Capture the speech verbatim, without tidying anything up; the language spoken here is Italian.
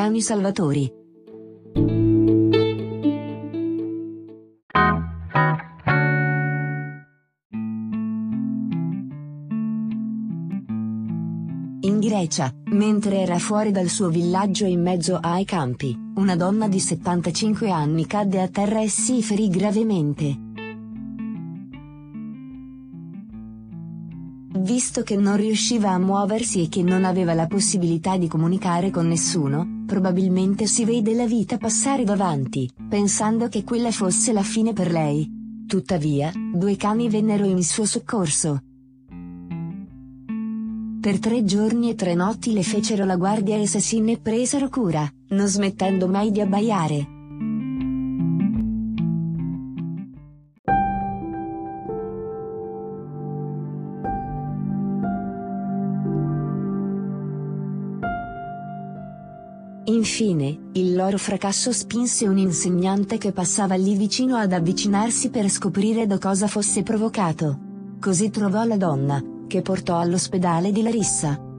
cani salvatori. In Grecia, mentre era fuori dal suo villaggio in mezzo ai campi, una donna di settantacinque anni cadde a terra e si ferì gravemente. Visto che non riusciva a muoversi e che non aveva la possibilità di comunicare con nessuno, probabilmente si vede la vita passare davanti, pensando che quella fosse la fine per lei. Tuttavia, due cani vennero in suo soccorso. Per tre giorni e tre notti le fecero la guardia e se ne presero cura, non smettendo mai di abbaiare. Infine, il loro fracasso spinse un insegnante che passava lì vicino ad avvicinarsi per scoprire da cosa fosse provocato. Così trovò la donna, che portò all'ospedale di Larissa.